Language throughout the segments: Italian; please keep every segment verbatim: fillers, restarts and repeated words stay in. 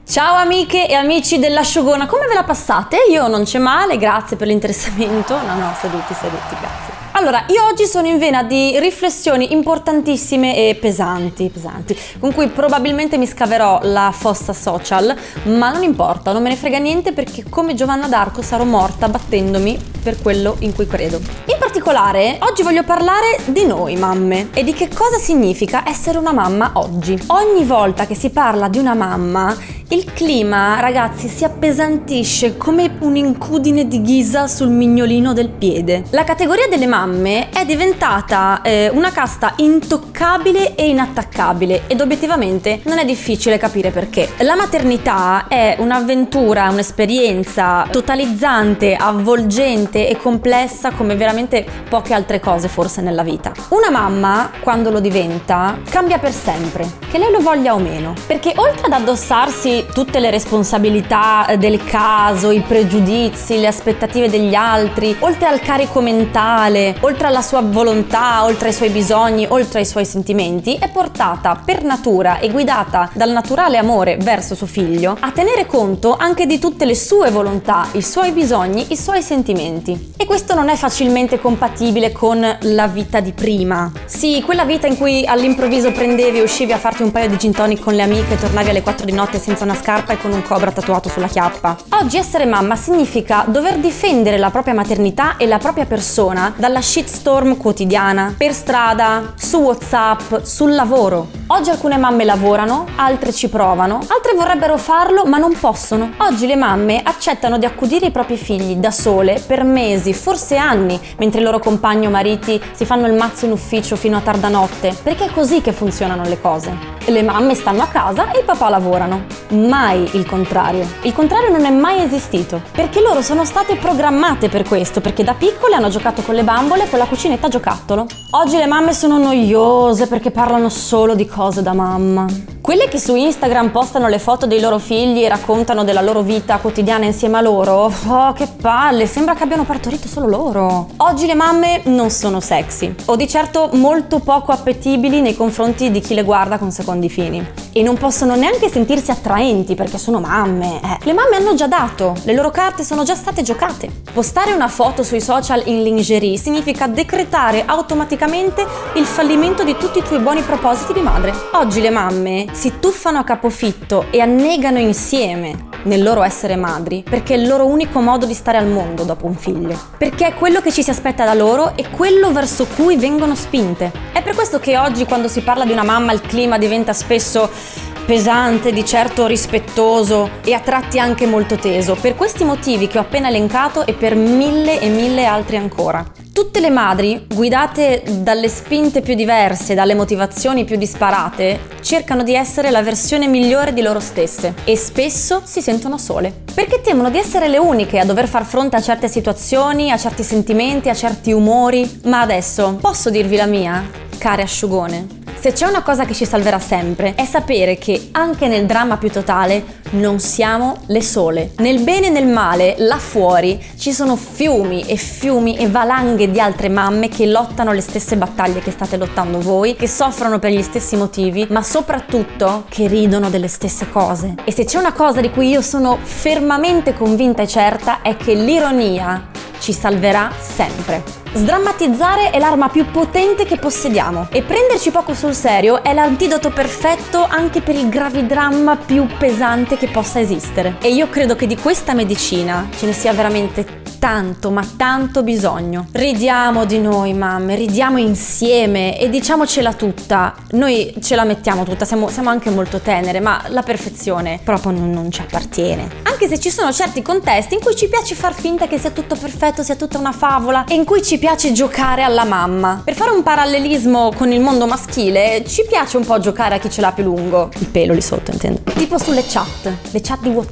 Ciao amiche e amici dell'Asciugona, come ve la passate? Io non c'è male, grazie per l'interessamento. No, no, seduti, seduti, grazie. Allora, io oggi sono in vena di riflessioni importantissime e pesanti, pesanti, con cui probabilmente mi scaverò la fossa social, ma non importa, non me ne frega niente perché come Giovanna d'Arco sarò morta battendomi per quello in cui credo. In particolare, oggi voglio parlare di noi mamme e di che cosa significa essere una mamma oggi. Ogni volta che si parla di una mamma, il clima, ragazzi, si appesantisce come un'incudine di ghisa sul mignolino del piede. La categoria delle mamme è diventata eh, una casta intoccabile e inattaccabile ed obiettivamente non è difficile capire perché. La maternità è un'avventura, un'esperienza totalizzante, avvolgente e complessa come veramente poche altre cose forse nella vita. Una mamma, quando lo diventa, cambia per sempre, che lei lo voglia o meno, perché oltre ad addossarsi tutte le responsabilità del caso, i pregiudizi, le aspettative degli altri, oltre al carico mentale, oltre alla sua volontà, oltre ai suoi bisogni, oltre ai suoi sentimenti, è portata per natura e guidata dal naturale amore verso suo figlio a tenere conto anche di tutte le sue volontà, i suoi bisogni, i suoi sentimenti. E questo non è facilmente compatibile con la vita di prima. Sì, quella vita in cui all'improvviso prendevi e uscivi a farti un paio di gin tonic con le amiche e tornavi alle quattro di notte senza una scarpa e con un cobra tatuato sulla chiappa. Oggi essere mamma significa dover difendere la propria maternità e la propria persona dalla shitstorm quotidiana, per strada, su WhatsApp, sul lavoro. Oggi alcune mamme lavorano, altre ci provano, altre vorrebbero farlo ma non possono. Oggi le mamme accettano di accudire i propri figli da sole per mesi, forse anni, mentre i loro compagni o mariti si fanno il mazzo in ufficio fino a tarda notte, perché è così che funzionano le cose. Le mamme stanno a casa e i papà lavorano. Mai il contrario. Il contrario non è mai esistito, perché loro sono state programmate per questo, perché da piccole hanno giocato con le bambole con la cucinetta a giocattolo. Oggi le mamme sono noiose perché parlano solo di cose da mamma. Quelle che su Instagram postano le foto dei loro figli e raccontano della loro vita quotidiana insieme a loro, oh che palle, sembra che abbiano partorito solo loro. Oggi le mamme non sono sexy, o di certo molto poco appetibili nei confronti di chi le guarda con secondi fini. E non possono neanche sentirsi attraenti perché sono mamme. Eh. Le mamme hanno già dato, le loro carte sono già state giocate. Postare una foto sui social in lingerie significa decretare automaticamente il fallimento di tutti i tuoi buoni propositi di madre. Oggi le mamme si tuffano a capofitto e annegano insieme nel loro essere madri perché è il loro unico modo di stare al mondo dopo un figlio. Perché è quello che ci si aspetta da loro e quello verso cui vengono spinte. È per questo che oggi quando si parla di una mamma il clima diventa spesso pesante, di certo rispettoso e a tratti anche molto teso, per questi motivi che ho appena elencato e per mille e mille altri ancora. Tutte le madri, guidate dalle spinte più diverse, dalle motivazioni più disparate, cercano di essere la versione migliore di loro stesse e spesso si sentono sole, perché temono di essere le uniche a dover far fronte a certe situazioni, a certi sentimenti, a certi umori. Ma adesso, posso dirvi la mia, care asciugone? Se c'è una cosa che ci salverà sempre è sapere che anche nel dramma più totale non siamo le sole. Nel bene e nel male, là fuori, ci sono fiumi e fiumi e valanghe di altre mamme che lottano le stesse battaglie che state lottando voi, che soffrono per gli stessi motivi, ma soprattutto che ridono delle stesse cose. E se c'è una cosa di cui io sono fermamente convinta e certa è che l'ironia ci salverà sempre. Sdrammatizzare è l'arma più potente che possediamo e prenderci poco sul serio è l'antidoto perfetto anche per il gravidramma più pesante che possa esistere. E io credo che di questa medicina ce ne sia veramente tanto, ma tanto bisogno. Ridiamo di noi mamme, ridiamo insieme e diciamocela tutta. Noi ce la mettiamo tutta, siamo, siamo anche molto tenere, ma la perfezione proprio non, non ci appartiene. Anche se ci sono certi contesti in cui ci piace far finta che sia tutto perfetto, sia tutta una favola e in cui ci piace giocare alla mamma. Per fare un parallelismo con il mondo maschile, ci piace un po' giocare a chi ce l'ha più lungo. Il pelo lì sotto, intendo. Tipo sulle chat, le chat di WhatsApp.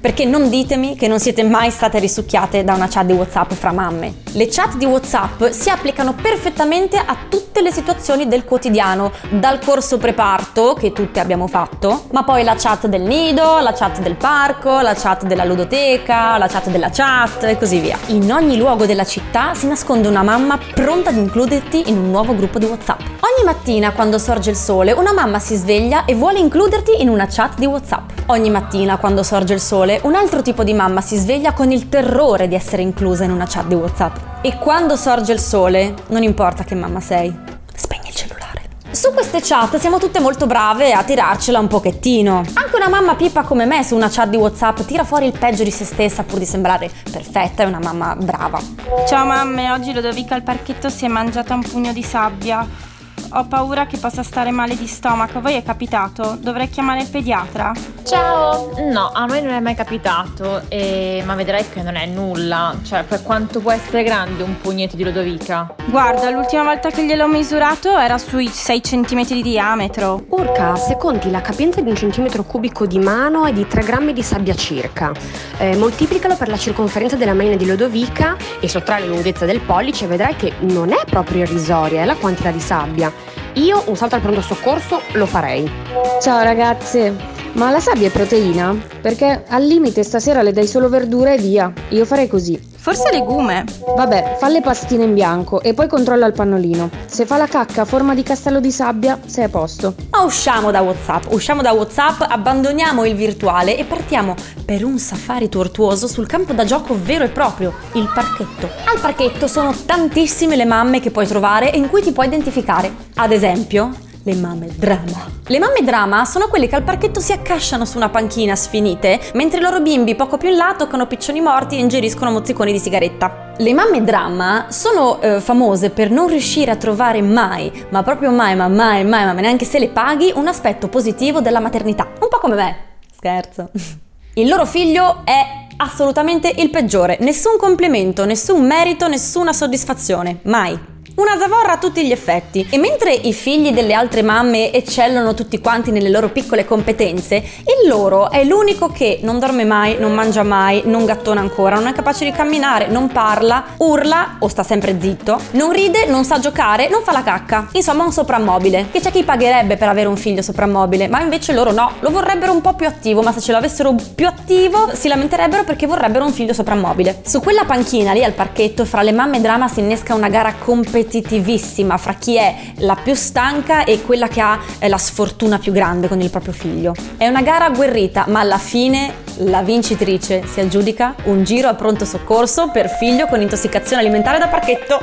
perché non ditemi che non siete mai state risucchiate da una chat di WhatsApp fra mamme. Le chat di WhatsApp si applicano perfettamente a tutte le situazioni del quotidiano, dal corso preparto che tutte abbiamo fatto, ma poi la chat del nido, la chat del parco, la chat della ludoteca, la chat della chat e così via. In ogni luogo della città si nasconde una mamma pronta ad includerti in un nuovo gruppo di WhatsApp. Ogni mattina quando sorge il sole, una mamma si sveglia e vuole includerti in una chat di WhatsApp. Ogni mattina quando sorge il sole, un altro tipo di mamma si sveglia con il terrore di essere inclusa in una chat di WhatsApp. E quando sorge il sole, non importa che mamma sei, spegni il cellulare. Su queste chat siamo tutte molto brave a tirarcela un pochettino. Anche una mamma pipa come me su una chat di WhatsApp tira fuori il peggio di se stessa pur di sembrare perfetta, è una mamma brava. Ciao mamme, oggi Lodovica al parchetto si è mangiata un pugno di sabbia. Ho paura che possa stare male di stomaco. A voi è capitato? Dovrei chiamare il pediatra? Ciao! No, a me non è mai capitato, e... ma vedrai che non è nulla. Cioè, per quanto può essere grande un pugnetto di Lodovica? Guarda, l'ultima volta che gliel'ho misurato era sui sei centimetri di diametro. Urca, se conti la capienza di un centimetro cubico di mano è di tre grammi di sabbia circa. Eh, moltiplicalo per la circonferenza della manina di Lodovica e sottrai la lunghezza del pollice e vedrai che non è proprio irrisoria, è la quantità di sabbia. Io un salto al pronto soccorso lo farei. Ciao ragazze, ma la sabbia è proteina? Perché al limite stasera le dai solo verdura e via. Io farei così. Forse legume. Vabbè, fa le pastine in bianco e poi controlla il pannolino. Se fa la cacca a forma di castello di sabbia, sei a posto. Ma usciamo da WhatsApp, usciamo da WhatsApp, abbandoniamo il virtuale e partiamo per un safari tortuoso sul campo da gioco vero e proprio, il parchetto. Al parchetto sono tantissime le mamme che puoi trovare e in cui ti puoi identificare. Ad esempio, le mamme drama. Le mamme drama sono quelle che al parchetto si accasciano su una panchina sfinite, mentre i loro bimbi poco più in là toccano piccioni morti e ingeriscono mozziconi di sigaretta. Le mamme drama sono eh, famose per non riuscire a trovare mai, ma proprio mai, ma mai, mai, ma neanche se le paghi, un aspetto positivo della maternità. Un po' come me. Scherzo. Il loro figlio è assolutamente il peggiore. Nessun complimento, nessun merito, nessuna soddisfazione. Mai. Una zavorra a tutti gli effetti. E mentre i figli delle altre mamme eccellono tutti quanti nelle loro piccole competenze, il loro è l'unico che non dorme mai, non mangia mai, non gattona ancora, non è capace di camminare, non parla, urla o sta sempre zitto, non ride, non sa giocare, non fa la cacca. Insomma, un soprammobile. Che c'è chi pagherebbe per avere un figlio soprammobile, ma invece loro no, lo vorrebbero un po' più attivo, ma se ce l'avessero più attivo si lamenterebbero perché vorrebbero un figlio soprammobile. Su quella panchina lì al parchetto, fra le mamme drama si innesca una gara competitiva competitivissima fra chi è la più stanca e quella che ha la sfortuna più grande con il proprio figlio. È una gara agguerrita, ma alla fine la vincitrice si aggiudica un giro a pronto soccorso per figlio con intossicazione alimentare da parchetto.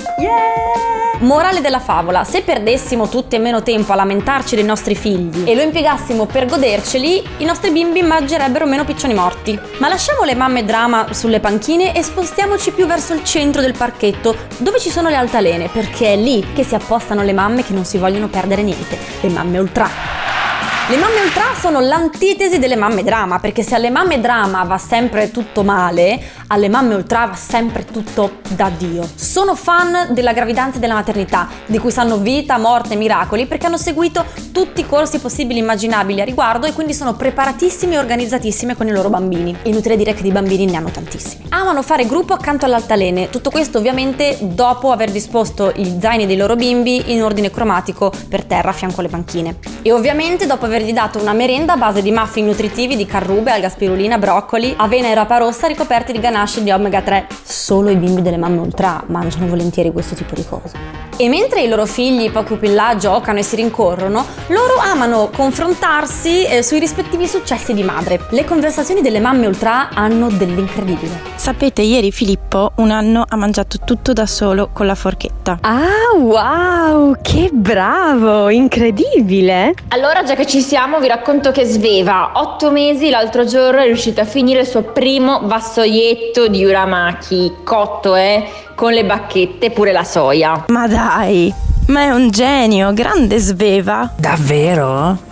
Yeah! Morale della favola: se perdessimo tutti e meno tempo a lamentarci dei nostri figli e lo impiegassimo per goderceli, i nostri bimbi mangerebbero meno piccioni morti. Ma lasciamo le mamme drama sulle panchine e spostiamoci più verso il centro del parchetto, dove ci sono le altalene, perché è lì che si appostano le mamme che non si vogliono perdere niente, le mamme ultra. Le mamme ultra sono l'antitesi delle mamme drama, perché se alle mamme drama va sempre tutto male, alle mamme ultra va sempre tutto da Dio. Sono fan della gravidanza e della maternità, di cui sanno vita, morte e miracoli, perché hanno seguito tutti i corsi possibili e immaginabili a riguardo e quindi sono preparatissime e organizzatissime con i loro bambini. Inutile dire che di bambini ne hanno tantissimi. Amano fare gruppo accanto all'altalene, tutto questo ovviamente dopo aver disposto gli zaini dei loro bimbi in ordine cromatico per terra a fianco alle panchine. E ovviamente dopo avergli dato una merenda a base di muffin nutritivi di carrube, alga spirulina, broccoli, avena e rapa rossa ricoperti di ganache di omega tre. Solo i bimbi delle mamme ultra mangiano volentieri questo tipo di cose. E mentre i loro figli poco più in là giocano e si rincorrono, loro amano confrontarsi eh, sui rispettivi successi di madre. Le conversazioni delle mamme ultra hanno dell'incredibile. Sapete, ieri Filippo un anno ha mangiato tutto da solo con la forchetta. Ah, wow, che bravo, incredibile! Allora, già che ci siamo, vi racconto che Sveva, otto mesi, l'altro giorno è riuscita a finire il suo primo vassoietto di uramaki, cotto, eh, con le bacchette e pure la soia. Ma dai, ma è un genio, grande Sveva. Davvero?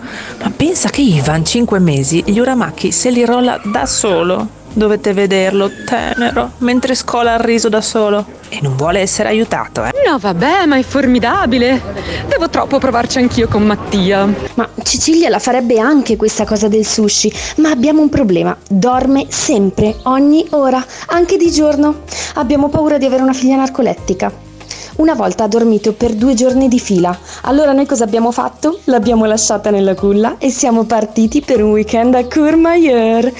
Ma pensa che Ivan, cinque mesi, gli uramaki se li rolla da solo. Dovete vederlo, tenero, mentre scola il riso da solo. E non vuole essere aiutato, eh? No vabbè, ma è formidabile. Devo troppo provarci anch'io con Mattia. Ma Cecilia la farebbe anche questa cosa del sushi, ma abbiamo un problema: dorme sempre, ogni ora, anche di giorno. Abbiamo paura di avere una figlia narcolettica. Una volta ha dormito per due giorni di fila. Allora noi cosa abbiamo fatto? L'abbiamo lasciata nella culla e siamo partiti per un weekend a Courmayeur.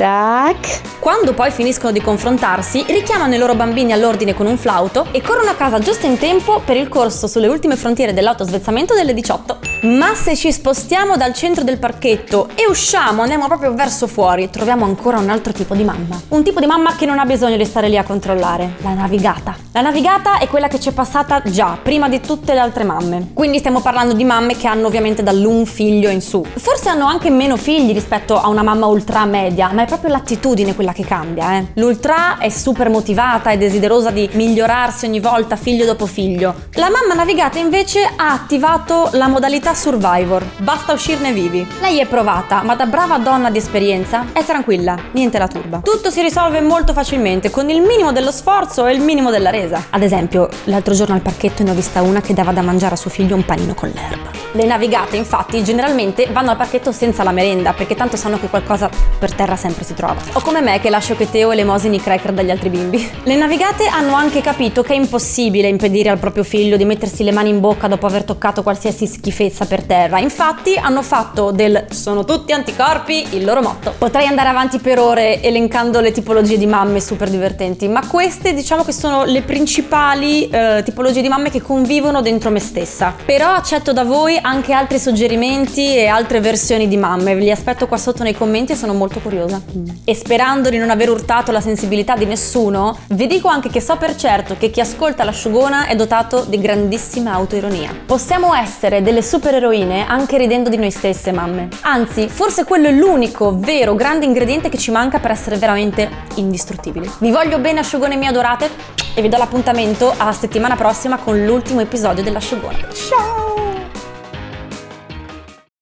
Tac! Quando poi finiscono di confrontarsi, richiamano i loro bambini all'ordine con un flauto e corrono a casa giusto in tempo per il corso sulle ultime frontiere dell'autosvezzamento delle diciotto. Ma se ci spostiamo dal centro del parchetto e usciamo, andiamo proprio verso fuori, troviamo ancora un altro tipo di mamma. Un tipo di mamma che non ha bisogno di stare lì a controllare, la navigata. La navigata è quella che ci è passata già, prima di tutte le altre mamme. Quindi stiamo parlando di mamme che hanno ovviamente dall'un figlio in su. Forse hanno anche meno figli rispetto a una mamma ultra media, ma è proprio l'attitudine quella che cambia, eh. L'ultra è super motivata e desiderosa di migliorarsi ogni volta, figlio dopo figlio. La mamma navigata invece ha attivato la modalità Survivor. Basta uscirne vivi. Lei è provata, ma da brava donna di esperienza è tranquilla, niente la turba. Tutto si risolve molto facilmente, con il minimo dello sforzo e il minimo della resa. Ad esempio, l'altro giorno al parchetto ne ho vista una che dava da mangiare a suo figlio un panino con l'erba. Le navigate, infatti, generalmente vanno al parchetto senza la merenda, perché tanto sanno che qualcosa per terra sempre si trova. O come me che lascio che Teo elemosini i cracker dagli altri bimbi. Le navigate hanno anche capito che è impossibile impedire al proprio figlio di mettersi le mani in bocca dopo aver toccato qualsiasi schifezza per terra. Infatti hanno fatto del "sono tutti anticorpi" il loro motto. Potrei andare avanti per ore elencando le tipologie di mamme super divertenti, ma queste diciamo che sono le principali eh, tipologie di mamme che convivono dentro me stessa. Però accetto da voi anche altri suggerimenti e altre versioni di mamme, ve li aspetto qua sotto nei commenti e sono molto curiosa. E sperando di non aver urtato la sensibilità di nessuno, vi dico anche che so per certo che chi ascolta l'asciugona è dotato di grandissima autoironia. Possiamo essere delle supereroine anche ridendo di noi stesse, mamme. Anzi, forse quello è l'unico vero grande ingrediente che ci manca per essere veramente indistruttibili. Vi voglio bene, asciugone mie adorate, e vi do l'appuntamento alla settimana prossima con l'ultimo episodio dell'asciugona. Ciao!